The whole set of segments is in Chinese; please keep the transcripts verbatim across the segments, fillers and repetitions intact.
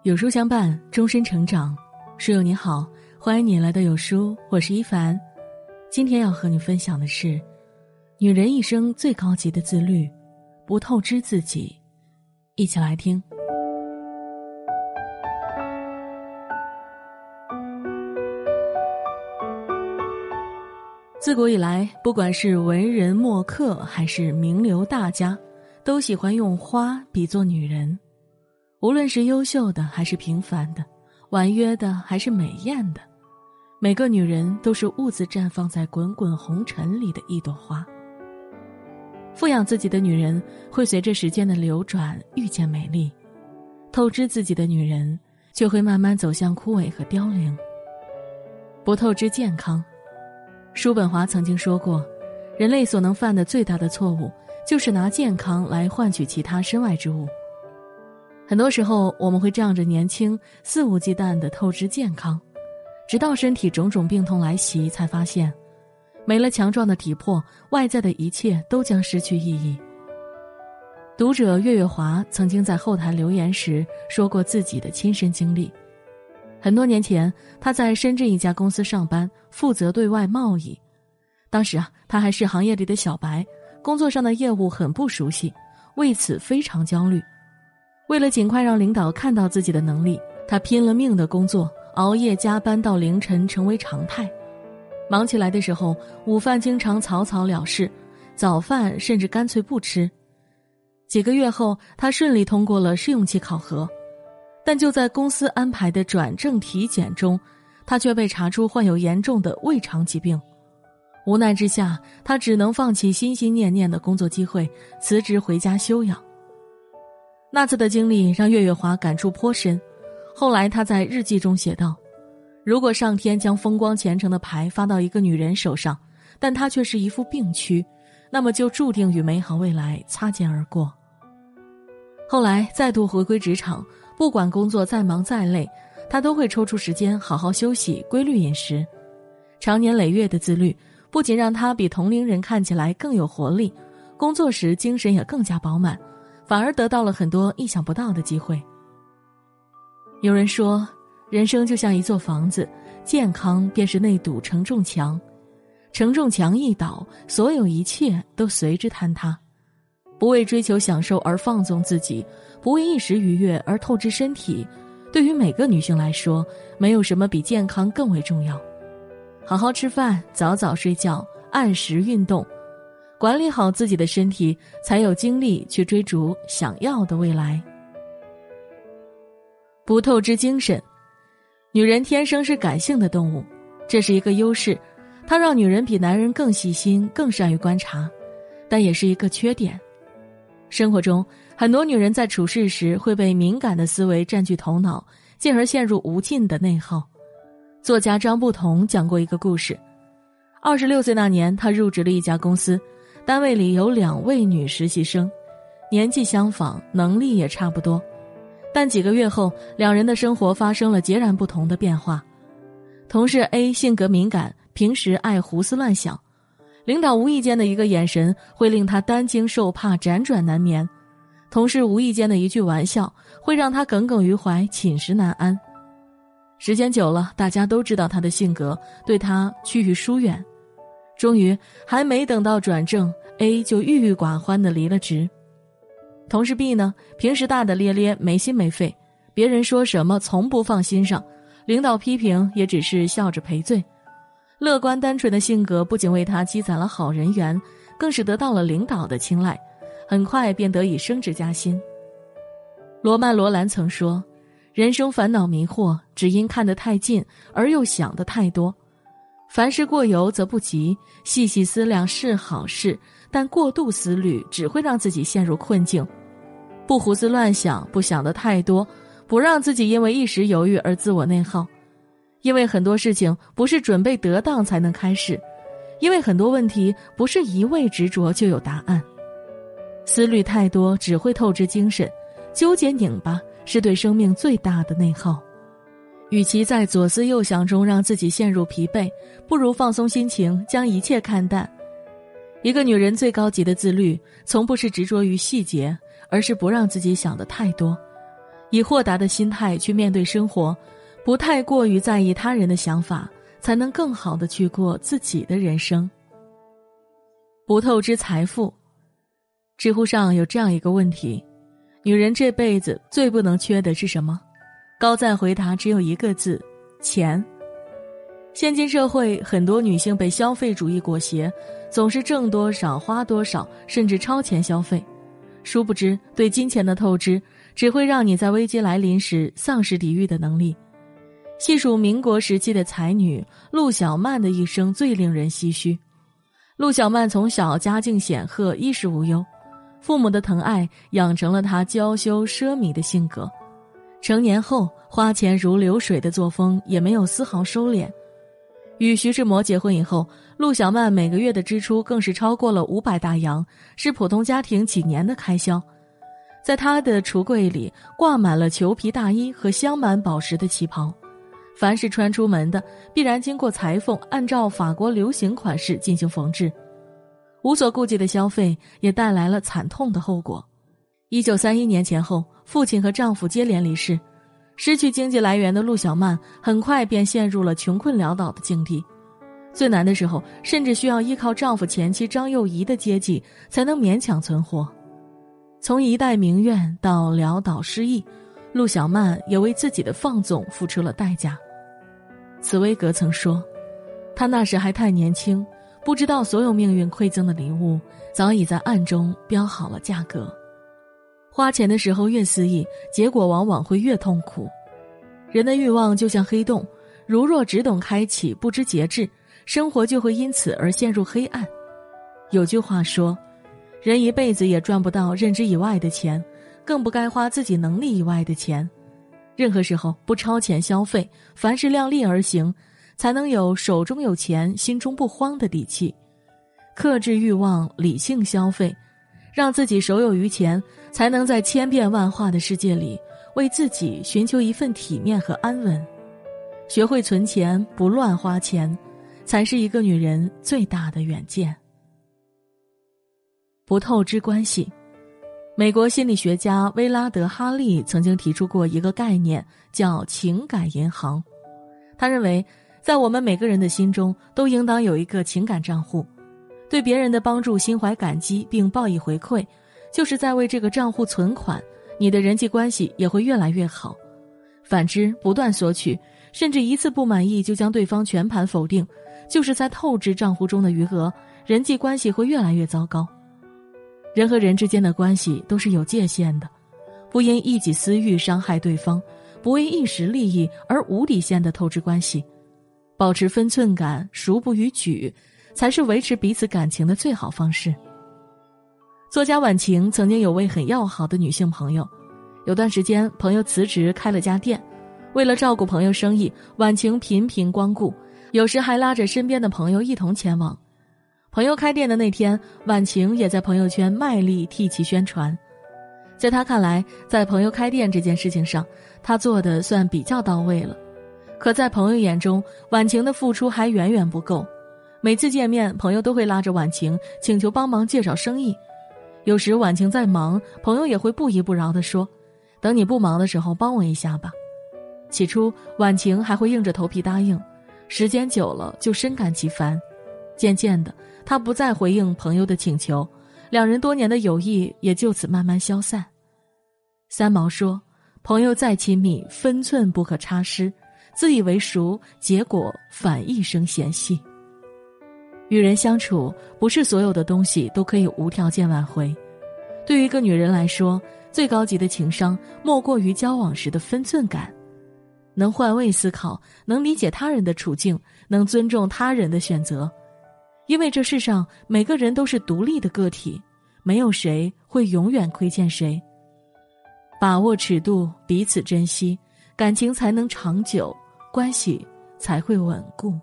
有书相伴，终身成长。书友你好，欢迎你来到有书，我是一凡。今天要和你分享的是，女人一生最高级的自律，不透支自己。一起来听。自古以来，不管是文人墨客还是名流大家，都喜欢用花比作女人。无论是优秀的还是平凡的，婉约的还是美艳的，每个女人都是兀自绽放在滚滚红尘里的一朵花。富养自己的女人会随着时间的流转愈见美丽，透支自己的女人却会慢慢走向枯萎和凋零。不透支健康，叔本华曾经说过，人类所能犯的最大的错误，就是拿健康来换取其他身外之物。很多时候我们会仗着年轻，肆无忌惮地透支健康，直到身体种种病痛来袭，才发现没了强壮的体魄，外在的一切都将失去意义。读者月月华曾经在后台留言时说过自己的亲身经历。很多年前，他在深圳一家公司上班，负责对外贸易。当时啊，他还是行业里的小白，工作上的业务很不熟悉，为此非常焦虑。为了尽快让领导看到自己的能力，他拼了命的工作，熬夜加班到凌晨成为常态。忙起来的时候，午饭经常草草了事，早饭甚至干脆不吃。几个月后，他顺利通过了试用期考核，但就在公司安排的转正体检中，他却被查出患有严重的胃肠疾病。无奈之下，他只能放弃心心念念的工作机会，辞职回家休养。那次的经历让月月华感触颇深，后来他在日记中写道，如果上天将风光前程的牌发到一个女人手上，但她却是一副病躯，那么就注定与美好未来擦肩而过。后来再度回归职场，不管工作再忙再累，他都会抽出时间好好休息，规律饮食。长年累月的自律，不仅让他比同龄人看起来更有活力，工作时精神也更加饱满，反而得到了很多意想不到的机会。有人说，人生就像一座房子，健康便是那堵承重墙。承重墙一倒，所有一切都随之坍塌。不为追求享受而放纵自己，不为一时愉悦而透支身体，对于每个女性来说，没有什么比健康更为重要。好好吃饭，早早睡觉，按时运动，管理好自己的身体，才有精力去追逐想要的未来。不透支精神，女人天生是感性的动物，这是一个优势，它让女人比男人更细心，更善于观察，但也是一个缺点。生活中，很多女人在处事时会被敏感的思维占据头脑，进而陷入无尽的内耗。作家张不同讲过一个故事，二十六岁那年，他入职了一家公司，单位里有两位女实习生，年纪相仿，能力也差不多。但几个月后，两人的生活发生了截然不同的变化。同事 A 性格敏感，平时爱胡思乱想，领导无意间的一个眼神会令他担惊受怕，辗转难眠。同事无意间的一句玩笑会让他耿耿于怀，寝食难安。时间久了，大家都知道他的性格，对他趋于疏远。终于还没等到转正， A 就郁郁寡欢地离了职。同事 B 呢，平时大大咧咧，没心没肺，别人说什么从不放心上，领导批评也只是笑着赔罪。乐观单纯的性格不仅为他积攒了好人缘，更是得到了领导的青睐，很快便得以升职加薪。罗曼·罗兰曾说，人生烦恼迷惑，只因看得太近，而又想得太多。凡事过犹则不及，细细思量是好事，但过度思虑只会让自己陷入困境。不胡思乱想，不想得太多，不让自己因为一时犹豫而自我内耗。因为很多事情不是准备得当才能开始，因为很多问题不是一味执着就有答案。思虑太多只会透支精神，纠结拧巴是对生命最大的内耗。与其在左思右想中让自己陷入疲惫，不如放松心情，将一切看淡。一个女人最高级的自律，从不是执着于细节，而是不让自己想得太多。 以豁达的心态去面对生活，不太过于在意他人的想法，才能更好地去过自己的人生。不透支财富。知乎上有这样一个问题：女人这辈子最不能缺的是什么？高赞回答只有一个字：钱。现今社会，很多女性被消费主义裹挟，总是挣多少花多少，甚至超前消费。殊不知，对金钱的透支只会让你在危机来临时丧失抵御的能力。细数民国时期的才女陆小曼的一生最令人唏嘘。陆小曼从小家境显赫，衣食无忧，父母的疼爱养成了她娇羞奢靡的性格。成年后，花钱如流水的作风也没有丝毫收敛。与徐志摩结婚以后，陆小曼每个月的支出更是超过了五百大洋，是普通家庭几年的开销。在她的橱柜里挂满了裘皮大衣和镶满宝石的旗袍，凡是穿出门的必然经过裁缝按照法国流行款式进行缝制。无所顾忌的消费也带来了惨痛的后果。一九三一年前后，父亲和丈夫接连离世，失去经济来源的陆小曼很快便陷入了穷困潦倒的境地。最难的时候，甚至需要依靠丈夫前妻张幼仪的接济才能勉强存活。从一代名媛到潦倒失意，陆小曼也为自己的放纵付出了代价。茨威格曾说，她那时还太年轻，不知道所有命运馈赠的礼物早已在暗中标好了价格。花钱的时候越肆意，结果往往会越痛苦。人的欲望就像黑洞，如若只懂开启，不知节制，生活就会因此而陷入黑暗。有句话说，人一辈子也赚不到认知以外的钱，更不该花自己能力以外的钱。任何时候不超前消费，凡事量力而行，才能有手中有钱心中不慌的底气。克制欲望，理性消费，让自己手有余钱，才能在千变万化的世界里为自己寻求一份体面和安稳。学会存钱，不乱花钱，才是一个女人最大的远见。不透支关系。美国心理学家威拉德·哈利曾经提出过一个概念，叫情感银行。他认为，在我们每个人的心中都应当有一个情感账户，对别人的帮助心怀感激并报以回馈，就是在为这个账户存款，你的人际关系也会越来越好。反之，不断索取，甚至一次不满意就将对方全盘否定，就是在透支账户中的余额，人际关系会越来越糟糕。人和人之间的关系都是有界限的，不因一己私欲伤害对方，不为一时利益而无底线的透支关系。保持分寸感，孰不逾矩，才是维持彼此感情的最好方式。作家婉晴曾经有位很要好的女性朋友，有段时间朋友辞职开了家店，为了照顾朋友生意，婉晴频频光顾，有时还拉着身边的朋友一同前往。朋友开店的那天，婉晴也在朋友圈卖力替其宣传。在她看来，在朋友开店这件事情上，她做的算比较到位了。可在朋友眼中，婉晴的付出还远远不够。每次见面，朋友都会拉着婉晴请求帮忙介绍生意。有时婉晴在忙，朋友也会不依不饶地说，等你不忙的时候帮我一下吧。起初婉晴还会硬着头皮答应，时间久了就深感其烦。渐渐的，她不再回应朋友的请求，两人多年的友谊也就此慢慢消散。三毛说，朋友再亲密，分寸不可差失，自以为熟，结果反一生嫌隙。与人相处，不是所有的东西都可以无条件挽回。对于一个女人来说，最高级的情商莫过于交往时的分寸感，能换位思考，能理解他人的处境，能尊重他人的选择。因为这世上每个人都是独立的个体，没有谁会永远亏欠谁。把握尺度，彼此珍惜，感情才能长久，关系才会稳固。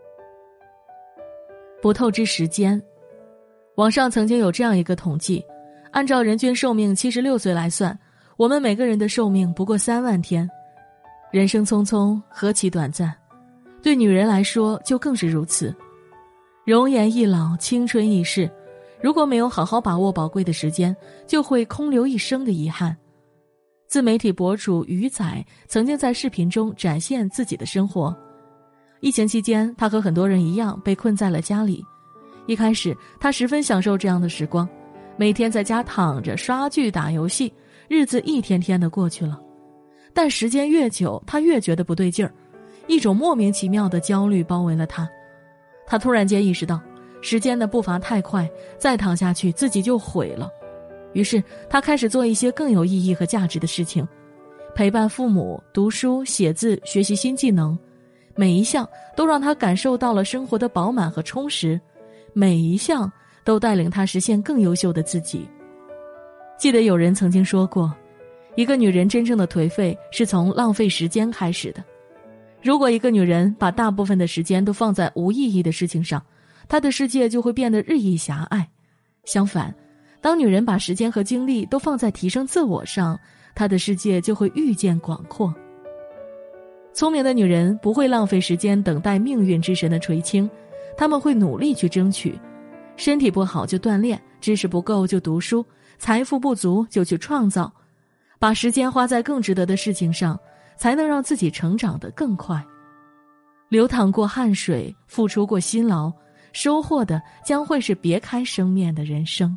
不透支时间。网上曾经有这样一个统计，按照人均寿命七十六岁来算，我们每个人的寿命不过三万天。人生匆匆，何其短暂，对女人来说就更是如此。容颜易老，青春易逝，如果没有好好把握宝贵的时间，就会空留一生的遗憾。 自媒体博主鱼仔曾经在视频中展现自己的生活。疫情期间，他和很多人一样被困在了家里。一开始，他十分享受这样的时光，每天在家躺着刷剧打游戏，日子一天天的过去了。但时间越久，他越觉得不对劲儿，一种莫名其妙的焦虑包围了他。他突然间意识到，时间的步伐太快，再躺下去自己就毁了。于是他开始做一些更有意义和价值的事情，陪伴父母、读书、写字、学习新技能，每一项都让他感受到了生活的饱满和充实，每一项都带领他实现更优秀的自己。记得有人曾经说过，一个女人真正的颓废是从浪费时间开始的。如果一个女人把大部分的时间都放在无意义的事情上，她的世界就会变得日益狭隘。相反，当女人把时间和精力都放在提升自我上，她的世界就会愈见广阔。聪明的女人不会浪费时间等待命运之神的垂青，她们会努力去争取。身体不好就锻炼，知识不够就读书，财富不足就去创造，把时间花在更值得的事情上，才能让自己成长得更快。流淌过汗水，付出过辛劳，收获的将会是别开生面的人生。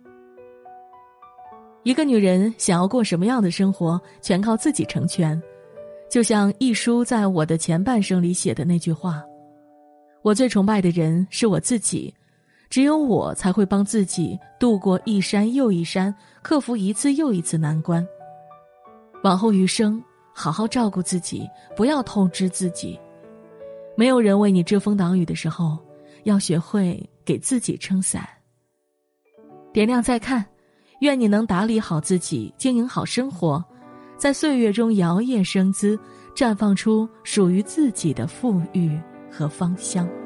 一个女人想要过什么样的生活，全靠自己成全。就像一书在我的前半生里写的那句话，我最崇拜的人是我自己，只有我才会帮自己度过一山又一山，克服一次又一次难关。往后余生，好好照顾自己，不要透支自己。没有人为你遮风挡雨的时候，要学会给自己撑伞。点亮再看，愿你能打理好自己，经营好生活，在岁月中摇曳生姿，绽放出属于自己的富裕和芳香。